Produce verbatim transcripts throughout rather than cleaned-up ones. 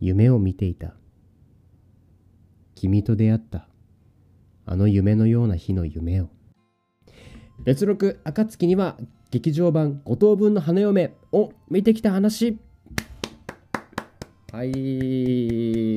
夢を見ていた。君と出会った。あの夢のような日の夢を。別録暁には劇場版五等分の花嫁を見てきた話。はい、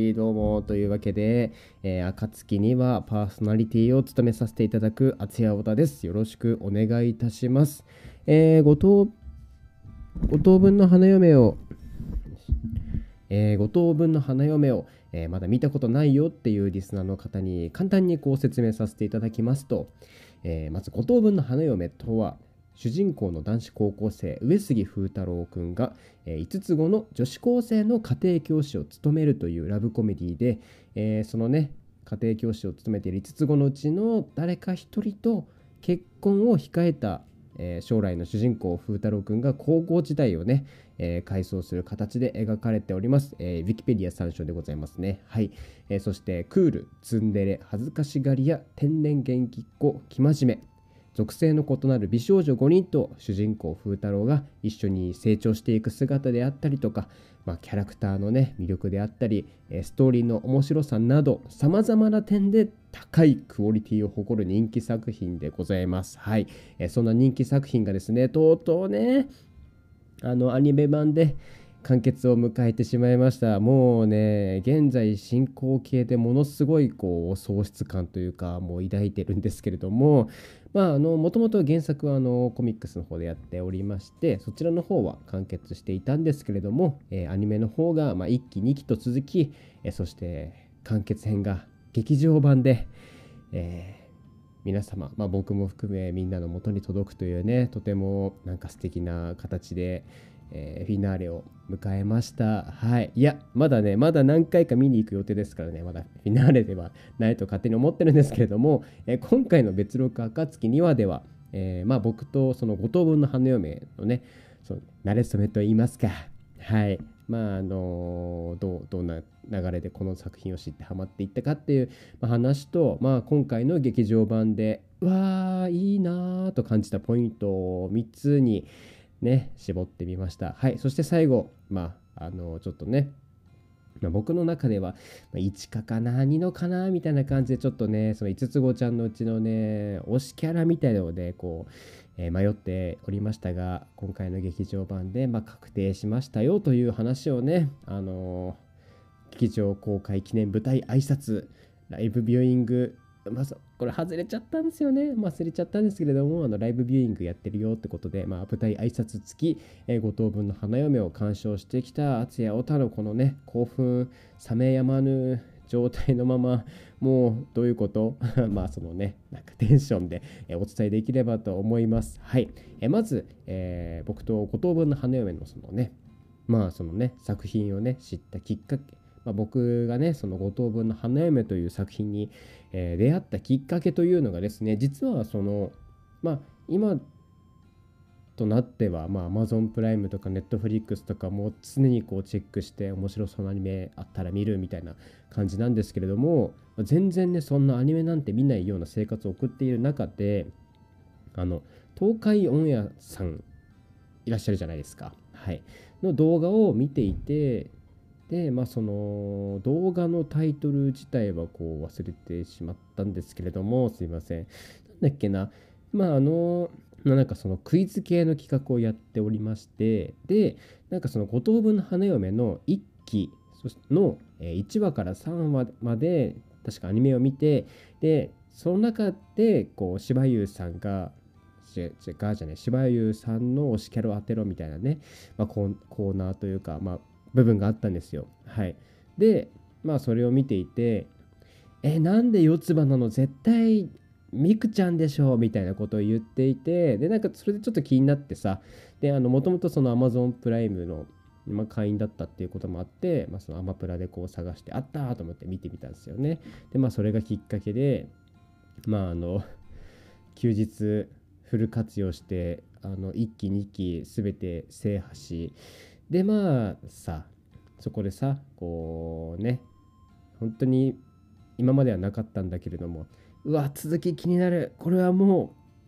どうもというわけで、えー、暁にはパーソナリティを務めさせていただく厚谷小田です。よろしくお願いいたします。えー、五等五等分の花嫁をえー、五等分の花嫁を、えー、まだ見たことないよっていうリスナーの方に簡単にこう説明させていただきますと、えー、まず五等分の花嫁とは、主人公の男子高校生上杉風太郎くんが、えー、いつつ子の女子高生の家庭教師を務めるというラブコメディで、えー、そのね家庭教師を務めているいつつ子のうちの誰か一人と結婚を控えた、えー、将来の主人公風太郎くんが高校時代をね、えー、回想する形で描かれております。えー、ウィキペディア参照でございますね。はい。えー、そしてクール、ツンデレ、恥ずかしがりや天然元気っ子、生真面目、属性の異なる美少女ごにんと主人公風太郎が一緒に成長していく姿であったりとか、まあ、キャラクターのね魅力であったり、ストーリーの面白さなどさまざまな点で高いクオリティを誇る人気作品でございます。はい。そんな人気作品がですね、とうとうねあのアニメ版で完結を迎えてしまいました。もうね、現在進行形でものすごいこう喪失感というかもう抱いてるんですけれども、まああのもともと原作はあのコミックスの方でやっておりまして、そちらの方は完結していたんですけれども、えー、アニメの方がまあいっきにきと続き、えー、そして完結編が劇場版で、えー皆様、まあ、僕も含めみんなの元に届くというね、とてもなんか素敵な形で、えー、フィナーレを迎えました。はい。いや、まだね、まだ何回か見に行く予定ですからね、まだフィナーレではないと勝手に思ってるんですけれども、えー、今回の別録暁に話では、えー、まあ僕とその五等分の花嫁のね、その慣れ初めと言いますか、はい。まああのどうどんな流れでこの作品を知ってハマっていったかっていう話と、まあ、今回の劇場版でうわーいいなーと感じたポイントをみっつにね絞ってみました。はい。そして最後、まああのちょっとね、まあ、僕の中では、まあ、いちかかなにのかなみたいな感じでちょっとね、そのいつつ子ちゃんのうちのね推しキャラみたいなのでこう、えー、迷っておりましたが、今回の劇場版で、まあ、確定しましたよという話をね、あのー、劇場公開記念舞台挨拶ライブビューイング、まあ、これ外れちゃったんですよね。忘れちゃったんですけれども、あのライブビューイングやってるよってことで、まあ、舞台挨拶付き、えー、五等分の花嫁を鑑賞してきた厚谷小太のこのね、興奮冷めやまぬ状態のまま、もうどういうことまあそのね、なんかテンションで、えー、お伝えできればと思います。はい。えー、まず、えー、僕と五等分の花嫁のそのね、まあそのね、作品をね、知ったきっかけ、まあ、僕がねその五等分の花嫁という作品に、えー、出会ったきっかけというのがですね、実はそのまあ今となってはまあ Amazon プライムとか Netflix とかも常にこうチェックして面白そうなアニメあったら見るみたいな感じなんですけれども、全然ねそんなアニメなんて見ないような生活を送っている中で、あの東海オンエアさんいらっしゃるじゃないですか、はいの動画を見ていて、で、まあ、その動画のタイトル自体はこう忘れてしまったんですけれども、すいません。なんだっけな。まあ、あの、なんかそのクイズ系の企画をやっておりまして、で、なんかその五等分の花嫁のいっきのいちわからさんわまで、確かアニメを見て、で、その中で、こう、柴優さんが、がじゃね、柴優さんの推しキャラを当てろみたいなね、まあ、コーナーというか、まあ、部分があったんですよ。はい。で、まあそれを見ていて、え、なんで四つ葉なの、絶対ミクちゃんでしょみたいなことを言っていて、で、なんかそれでちょっと気になってさ、で、あの、もともとその Amazon プライムの、まあ、会員だったっていうこともあって、まあ、そのアマプラでこう探して、あったと思って見てみたんですよね。で、まあそれがきっかけで、まああの、休日フル活用して、あの、いっきにきすべて制覇し、でまあさ、そこでさこうね、本当に今まではなかったんだけれども、うわ続き気になる、これはも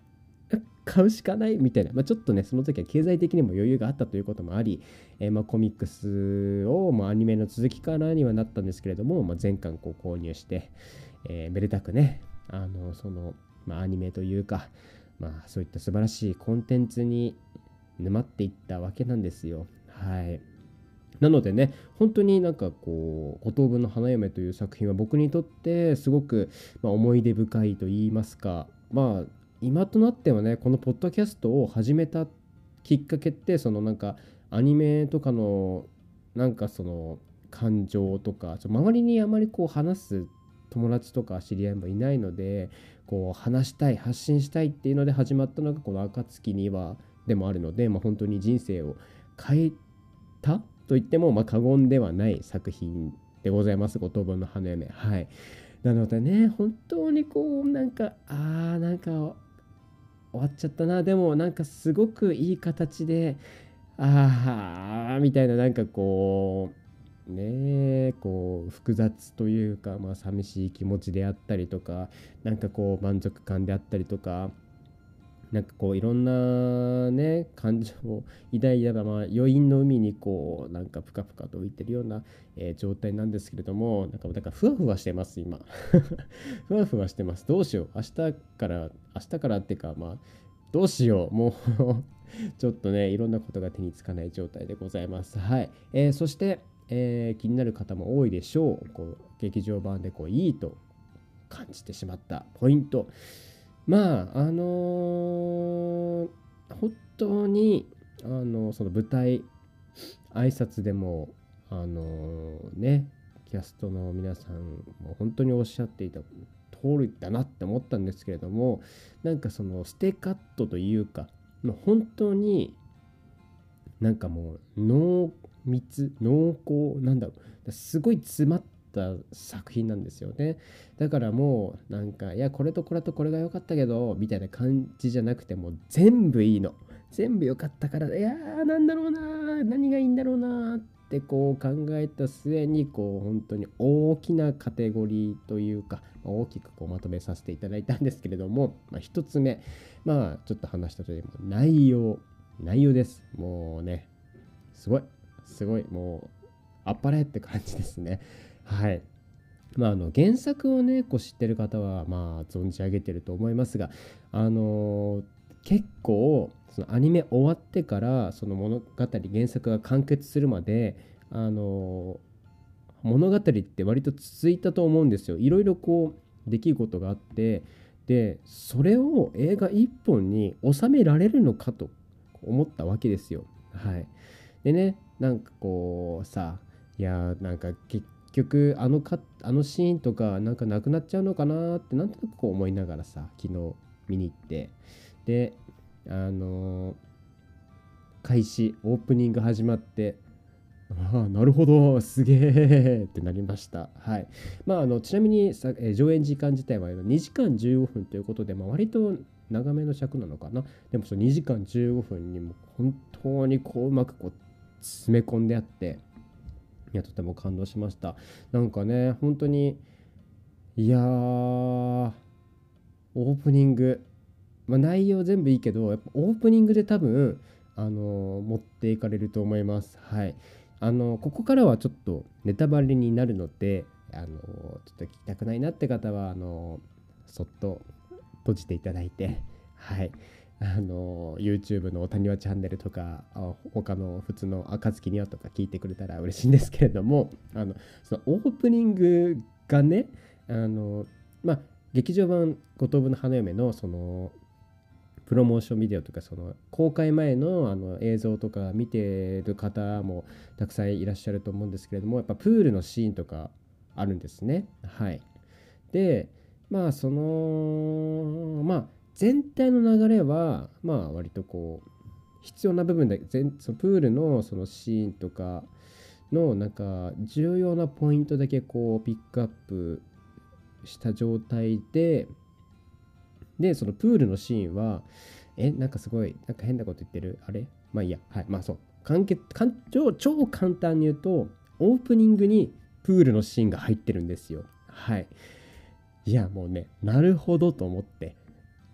買うしかないみたいな、まあ、ちょっとねその時は経済的にも余裕があったということもあり、えーまあ、コミックスを、まあ、アニメの続きからにはなったんですけれども、まあ、全巻こう購入して、えーめでたくねあのその、まあ、アニメというか、まあ、そういった素晴らしいコンテンツに沼っていったわけなんですよ。はい。なのでね、本当になんかこう、五等分の花嫁という作品は僕にとってすごく、まあ、思い出深いと言いますか、まあ、今となってはね、このポッドキャストを始めたきっかけって、そのなんかアニメとかのなんかその感情とか、ちょ周りにあまりこう話す友達とか知り合いもいないので、こう話したい、発信したいっていうので始まったのがこの暁にはでもあるので、まあ、本当に人生を変えたと言ってもまあ過言ではない作品でございます。五等分の花嫁。はい。なのでね、本当にこう、なんか、あー、なんか終わっちゃったな。でも、なんかすごくいい形で、あー、みたいな、なんかこう、ねえ、こう、複雑というか、まあ、寂しい気持ちであったりとか、なんかこう、満足感であったりとか、なんかこういろんなね感情を抱いたまま余韻の海にこうなんかぷかぷかと浮いてるような、えー状態なんですけれども、なんかだからふわふわしてます今。ふわふわしてます。どうしよう、明日から明日からっていうか、まあどうしよう、もうちょっとねいろんなことが手につかない状態でございます。はい。えーそして、えー気になる方も多いでしょう。こう劇場版でこういいと感じてしまったポイント。まああのー本当にあのその舞台挨拶でもあのねキャストの皆さんも本当におっしゃっていた通りだなって思ったんですけれども、なんかそのステカットというか、もう本当になんかもう濃密濃厚なんだろう、すごい詰まった作品なんですよね。だからもうなんかいやこれとこれとこれが良かったけどみたいな感じじゃなくて、もう全部いいの、全部良かったから、いやーなんだろうな、何がいいんだろうなってこう考えた末にこう本当に大きなカテゴリーというか大きくこうまとめさせていただいたんですけれども、まあ、一つ目、まあちょっと話したとおり内容内容です。もうね、すごい、すごい、もう、あっぱれって感じですね。はい。まあ、あの原作をね、こう知ってる方は、まあ、存じ上げてると思いますが、あのー結構、そのアニメ終わってから、その物語、原作が完結するまで、あのー物語って割と続いたと思うんですよ。いろいろこう、出来事があって、で、それを映画一本に収められるのかと思ったわけですよ。はい。でね、なんかこうさ、いやーなんか結局あのかあのシーンとかなんかなくなっちゃうのかなーってなんとなくこう思いながらさ、昨日見に行って、で、あのー開始オープニング始まって、ああなるほどすげえってなりました。はい。まああのちなみにさ、えー上演時間自体はにじかんじゅうごふんということで、まあ、割と長めの尺なのかな。でもそのにじかんじゅうごふんにも本当にこううまくこう詰め込んであって、いやとても感動しました。なんかね本当に、いやーオープニング、まあ、内容全部いいけどやっぱオープニングで多分あのー持っていかれると思います。はい。あのーここからはちょっとネタバレになるので、あのーちょっと聞きたくないなって方はあのーそっと閉じていただいて、はい。あの YouTube の谷輪チャンネルとかあ他の普通の暁にはとか聞いてくれたら嬉しいんですけれども、あのそのオープニングがね、あのまあ劇場版五等分の花嫁のそのプロモーションビデオとかその公開前のあの映像とか見てる方もたくさんいらっしゃると思うんですけれども、やっぱプールのシーンとかあるんですね。はい。で、まあそのまあ全体の流れはまあ割とこう必要な部分で全そのプールのそのシーンとかのなんか重要なポイントだけこうピックアップした状態で、でそのプールのシーンはえなんかすごいなんか変なこと言ってるあれ、まあいいや、はい、まあそう簡潔簡超超簡単に言うとオープニングにプールのシーンが入ってるんですよ。はい。いやもうねなるほどと思って、うわ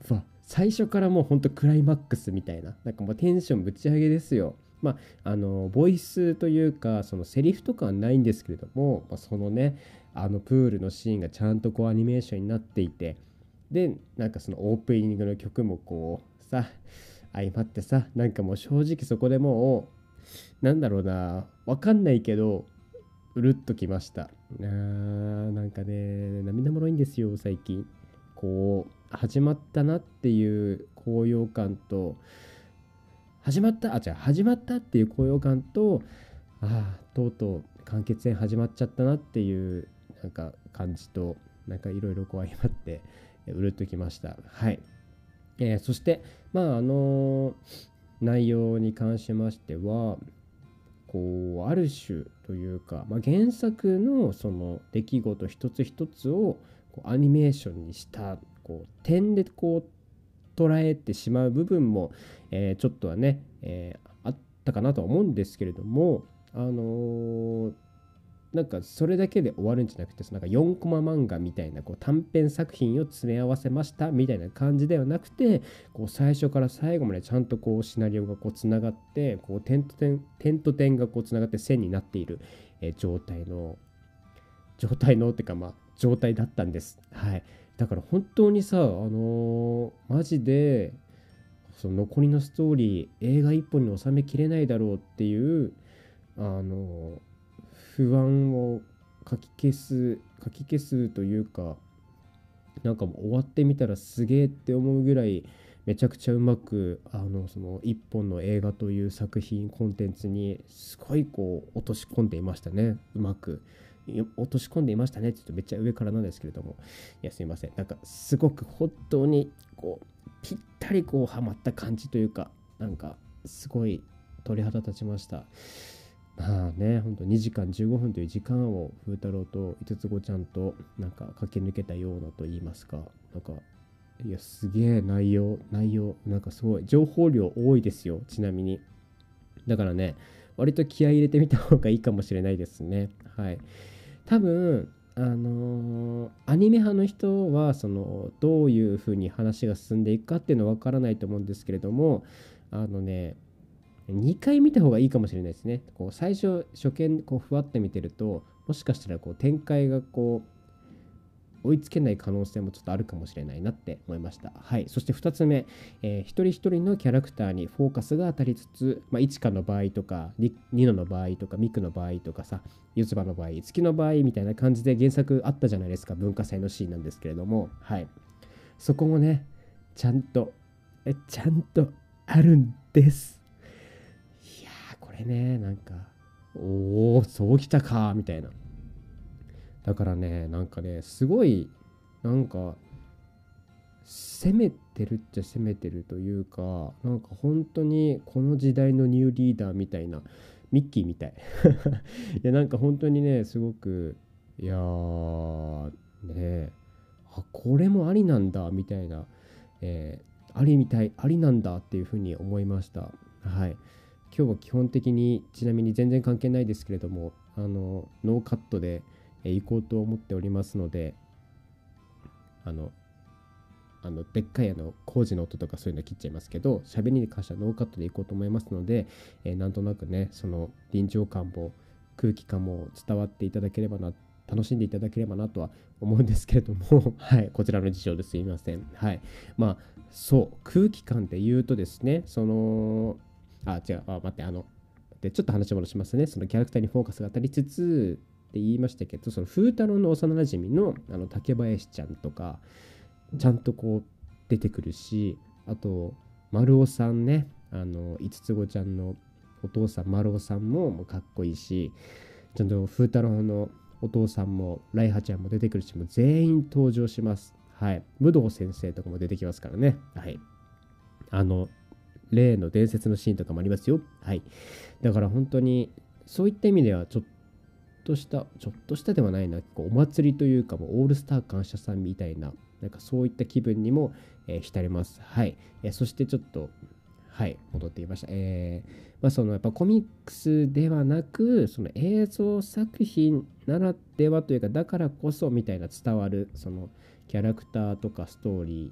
最初からもうほんとクライマックスみたいな、なんかもうテンションぶち上げですよ。まあ、あのボイスというかそのセリフとかはないんですけれども、まあ、そのねあのプールのシーンがちゃんとこうアニメーションになっていて、でなんかそのオープニングの曲もこうさ相まってさ、なんかもう正直そこでもうなんだろうな、わかんないけどうるっときました。あーなんかね涙もろいんですよ最近。こう始まったなっていう高揚感と、始まったあ違う始まったっていう高揚感と、ああとうとう完結戦始まっちゃったなっていうなんか感じと、なんかいろいろこう相まってえうるっときました。はい。えーそしてまああのー内容に関しましては、こうある種というか、まあ、原作のその出来事一つ一つをこうアニメーションにしたこう点でこう捉えてしまう部分も、えーちょっとはね、えーあったかなとは思うんですけれども、あのーなんかそれだけで終わるんじゃなくて、なんかよんコマ漫画みたいなこう短編作品を詰め合わせましたみたいな感じではなくて、こう最初から最後までちゃんとこうシナリオがこうつながって、こう点と点点と点がこうつながって線になっている、えー状態の状態のってかまあ状態だったんです。はい。だから本当にさ、あのーマジでその残りのストーリー映画一本に収めきれないだろうっていうあの不安をかき消すかき消すというか、なんかもう終わってみたらすげえって思うぐらいめちゃくちゃうまく、あのその一本の映画という作品コンテンツにすごいこう落とし込んでいましたね。うまくい落とし込んでいましたねって言うとめっちゃ上からなんですけれども、いやすいません、なんかすごく本当にこうぴったりこうはまった感じというか、なんかすごい鳥肌立ちました。まあね、ほんとにじかんじゅうごふんという時間を風太郎と五つ子ちゃんとなんか駆け抜けたようなと言いますか、なんかいやすげえ内容内容なんかすごい情報量多いですよ。ちなみにだからね、割と気合い入れてみた方がいいかもしれないですね。はい。多分あのーアニメ派の人はそのどういう風に話が進んでいくかっていうのはわからないと思うんですけれども、あのねにかい見た方がいいかもしれないですね。こう最初初見こうふわって見てると、もしかしたらこう展開がこう追いつけない可能性もちょっとあるかもしれないなって思いました。はい。そしてふたつめ、えー一人一人のキャラクターにフォーカスが当たりつつ、まあ、いちかの場合とかにニノの場合とかミクの場合とかさ、ゆずばの場合、月の場合みたいな感じで原作あったじゃないですか。文化祭のシーンなんですけれども、はい。そこもね、ちゃんとえちゃんとあるんです。いやーこれね、なんかおおそうきたかみたいな。だからね、なんかねすごいなんか攻めてるっちゃ攻めてるというか、なんか本当にこの時代のニューリーダーみたいな、ミッキーみたいいやなんか本当にねすごく、いやーね、あこれもありなんだみたいな、えーありみたいありなんだっていうふうに思いました。はい。今日は基本的にちなみに全然関係ないですけれども、あのノーカットでえー行こうと思っておりますので、あのあのでっかいあの工事の音とかそういうの切っちゃいますけど、喋りに関してはノーカットでいこうと思いますので、えーなんとなくねその臨場感も空気感も伝わっていただければな、楽しんでいただければなとは思うんですけれどもはいこちらの事情ですいません。はい。まあそう空気感で言うとですね、そのあ違うあ待ってあのでちょっと話戻しますね。そのキャラクターにフォーカスが当たりつつって言いましたけど、その風太郎の幼馴染のあの竹林ちゃんとかちゃんとこう出てくるし、あと丸尾さんね、あの五つ子ちゃんのお父さん丸尾さんももうかっこいいし、ちゃんと風太郎のお父さんもライハちゃんも出てくるし、もう全員登場します。はい。武道先生とかも出てきますからね。はい。あの例の伝説のシーンとかもありますよ。はい。だから本当にそういった意味ではちょっとしたちょっとしたではないな、こうお祭りというかもうオールスター感謝祭みたいな、なんかそういった気分にも、えー浸れます。はい。えーそしてちょっとはい戻っていました。えーまあそのやっぱコミックスではなく、その映像作品ならではというかだからこそみたいな伝わるそのキャラクターとかストーリー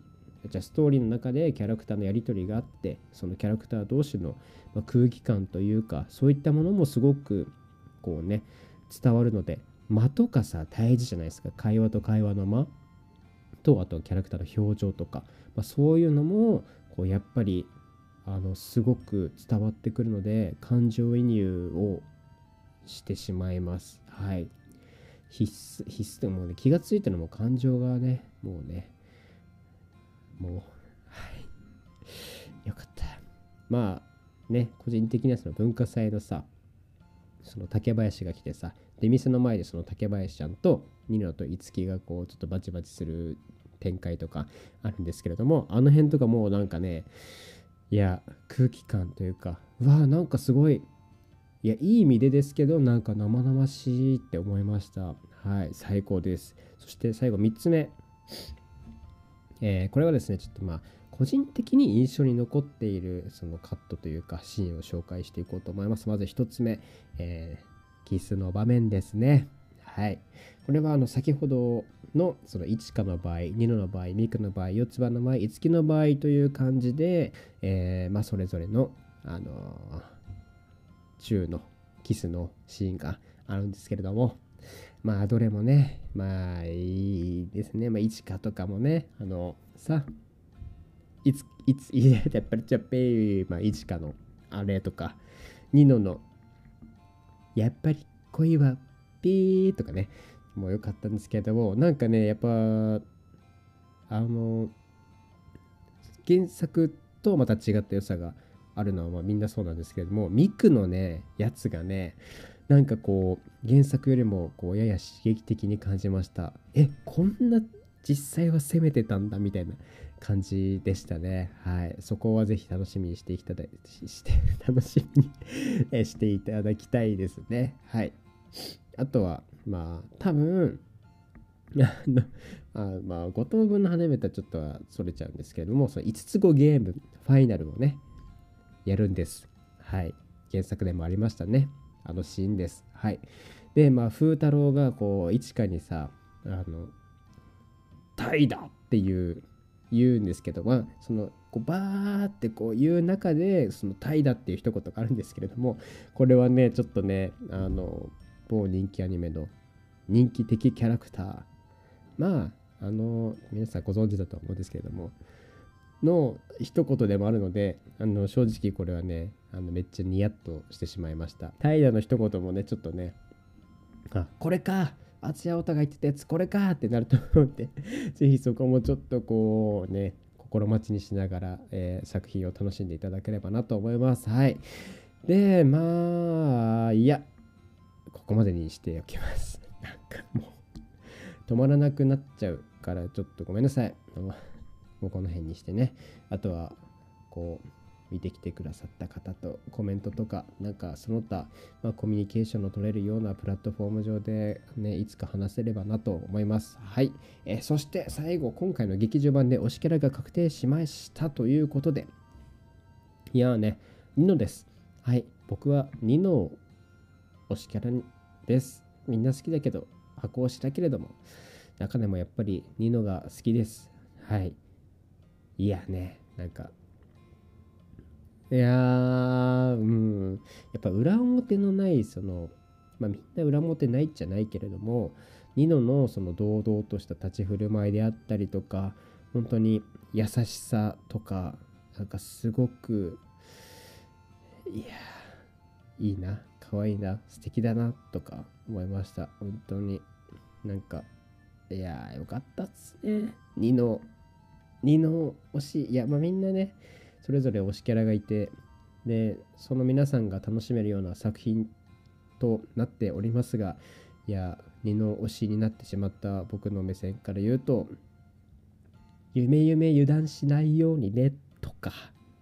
じゃあストーリーの中でキャラクターのやり取りがあって、そのキャラクター同士の空気感というか、そういったものもすごくこうね伝わるので、間とかさ大事じゃないですか。会話と会話の間と、あとキャラクターの表情とか、まあ、そういうのもこうやっぱりあのすごく伝わってくるので、感情移入をしてしまいます。はい。必須必須でもね、気がついたのも感情がねもうねもうはいよかった。まあね、個人的にはその文化祭のさ、その竹林が来てさ、出店の前でその竹林ちゃんとニノと樹がこうちょっとバチバチする展開とかあるんですけれども、あの辺とかもうなんかね、いや空気感というか、うわーなんかすごい、いやいい意味でですけど、なんか生々しいって思いました。はい、最高です。そして最後みっつめ、えーこれはですねちょっとまあ個人的に印象に残っているそのカットというかシーンを紹介していこうと思います。まずひとつめ、えーキスの場面ですね。はい。これはあの先ほどのそのいちかの場合、にのの場合、みくの場合、よつばの場合、いつきの場合という感じで、えーまあ、それぞれの、あのー、中のキスのシーンがあるんですけれども、まあどれもね、まあいいですね。まあいちかとかもね、あのさ、いつ、いつ、いや、やっぱりちゃっぺー、まあいちかのあれとか、にののやっぱり恋はピーとかね、もう良かったんですけども、なんかね、やっぱ、あの、原作とまた違った良さがあるのはまあみんなそうなんですけれども、ミクのね、やつがね、なんかこう、原作よりもこうやや刺激的に感じました。え、こんな実際は攻めてたんだみたいな感じでしたね。はい。そこはぜひ楽しみにしていただしして楽しみにえしていただきたいですね。はい。あとは、まあ、多分、あのあまあ、ご等分の花嫁とはちょっとはそれちゃうんですけれども、そのいつつごゲーム、ファイナルをね、やるんです。はい。原作でもありましたね。あのシーンです。はい。で、まあ、風太郎が、こう、いちかにさ、あの、タイだっていう言うんですけど、まあ、そのこうバーってこう言う中でそのタイだっていう一言があるんですけれども、これはねちょっとねあの某人気アニメの人気的キャラクター、まああの皆さんご存知だと思うんですけれどもの一言でもあるので、あの正直これはねあのめっちゃニヤッとしてしまいました。タイダの一言もねちょっとね、あこれか敦也オタが言ってたやつこれかってなると思ってぜひそこもちょっとこうね心待ちにしながら、えー作品を楽しんでいただければなと思います。はい。でまあいやここまでにしておきます。なんかもう止まらなくなっちゃうからちょっとごめんなさい。もうこの辺にしてね、あとはこう見てきてくださった方とコメントとかなんかその他、まあ、コミュニケーションの取れるようなプラットフォーム上で、ね、いつか話せればなと思います。はい、えーそして最後今回の劇場版で推しキャラが確定しましたということで、いやーねニノです。はい、僕はニノ推しキャラです。みんな好きだけど箱推しだけれども中でもやっぱりニノが好きです。はい、いやねなんかいやー、うん。やっぱ裏表のない、その、まあみんな裏表ないじゃないけれども、ニノのその堂々とした立ち振る舞いであったりとか、本当に優しさとか、なんかすごく、いやー、いいな、可愛いな、素敵だな、とか思いました。本当に。なんか、いやー、よかったっすね。ニノ、ニノ推し、いや、まあみんなね、それぞれ推しキャラがいて、で、その皆さんが楽しめるような作品となっておりますが、いや、二の推しになってしまった僕の目線から言うと、夢夢油断しないようにねとか、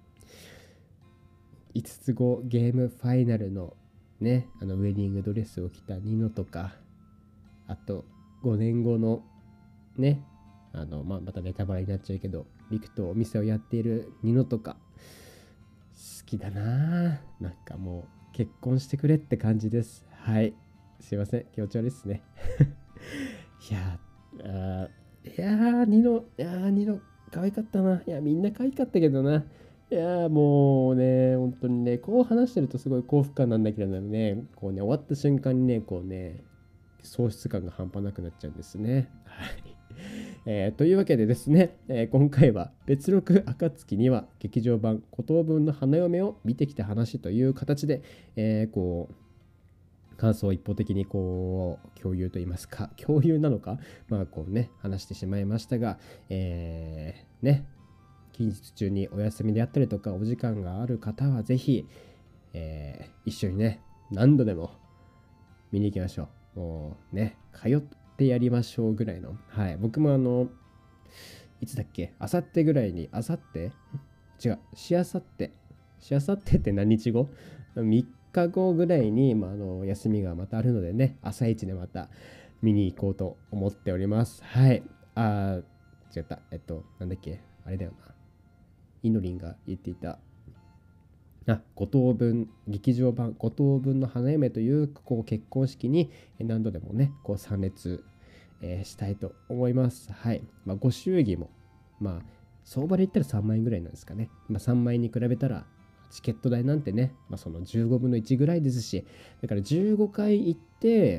いつつごゲームファイナルのね、あのウェディングドレスを着たニノとか、あとごねんごのね、あの、まあ、またネタバレになっちゃうけど、リクとお店をやっているニノとか、好きだなぁ。なんかもう、結婚してくれって感じです。はい。すいません。気持ち悪いですね。いやー、あーいやー、ニノ、いやー、ニノ、 可愛かったな。いや、みんな可愛かったけどな。いや、もうね、本当にね、こう話してるとすごい幸福感なんだけれどもね、こうね、終わった瞬間にね、こうね、喪失感が半端なくなっちゃうんですね。はい。えーというわけでですね、えー今回は別録暁には劇場版孤島分の花嫁を見てきた話という形で、えーこう感想を一方的にこう共有といいますか、共有なのか、まあこうね、話してしまいましたが、えーね、近日中にお休みであったりとか、お時間がある方はぜひ、えー一緒にね、何度でも見に行きましょう。もうね、通ってやりましょうぐらいの。はい、僕もあの、いつだっけ、あさってぐらいに、あさって違う、しあさって、しあさってって何日後 ?みっ 日後ぐらいに、まあ、あの休みがまたあるのでね、朝一でまた見に行こうと思っております。はい。あー、違った。えっと、なんだっけ、あれだよな。イノリンが言っていた、あ、五等分、劇場版五等分の花嫁というこう結婚式に何度でもね、こう参列、えーしたいと思います。はい。まあ、ご祝儀も、まあ、相場で言ったらさんまん円ぐらいなんですかね。まあ、さんまん円に比べたら、チケット代なんてね、まあ、そのじゅうごぶんのいちぐらいですし、だからじゅうごかい行って、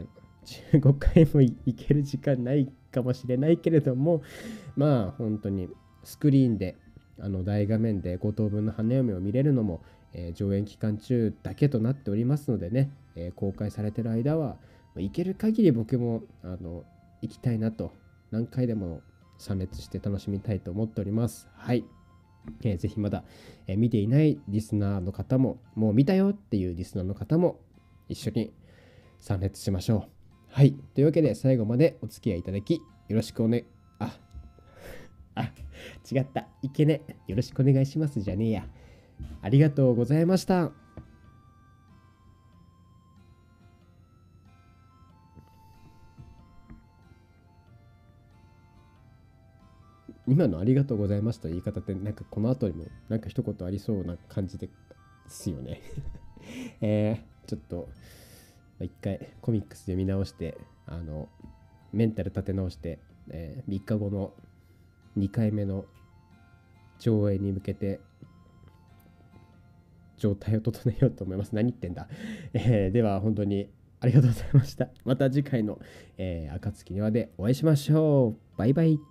じゅうごかいも行ける時間ないかもしれないけれども、まあ、本当にスクリーンで、あの大画面でご等分の花嫁を見れるのも、えー上演期間中だけとなっておりますのでね、えー公開されている間は、行ける限り僕もあの行きたいなと、何回でも参列して楽しみたいと思っております。はい。えーぜひまだ、えー見ていないリスナーの方も、もう見たよっていうリスナーの方も一緒に参列しましょう。はい。というわけで最後までお付き合いいただきよろしくおね、あ、あ、違った。いけね。よろしくお願いしますじゃねえや。ありがとうございました。今のありがとうございました言い方ってなんかこの後にもなんか一言ありそうな感じですよね。えー、ちょっと一回コミックスで見直してあのメンタル立て直して、えー、みっかごのにかいめの上映に向けて状態を整えようと思います。何言ってんだ。えーでは本当にありがとうございました。また次回の、えー、暁にはでお会いしましょう。バイバイ。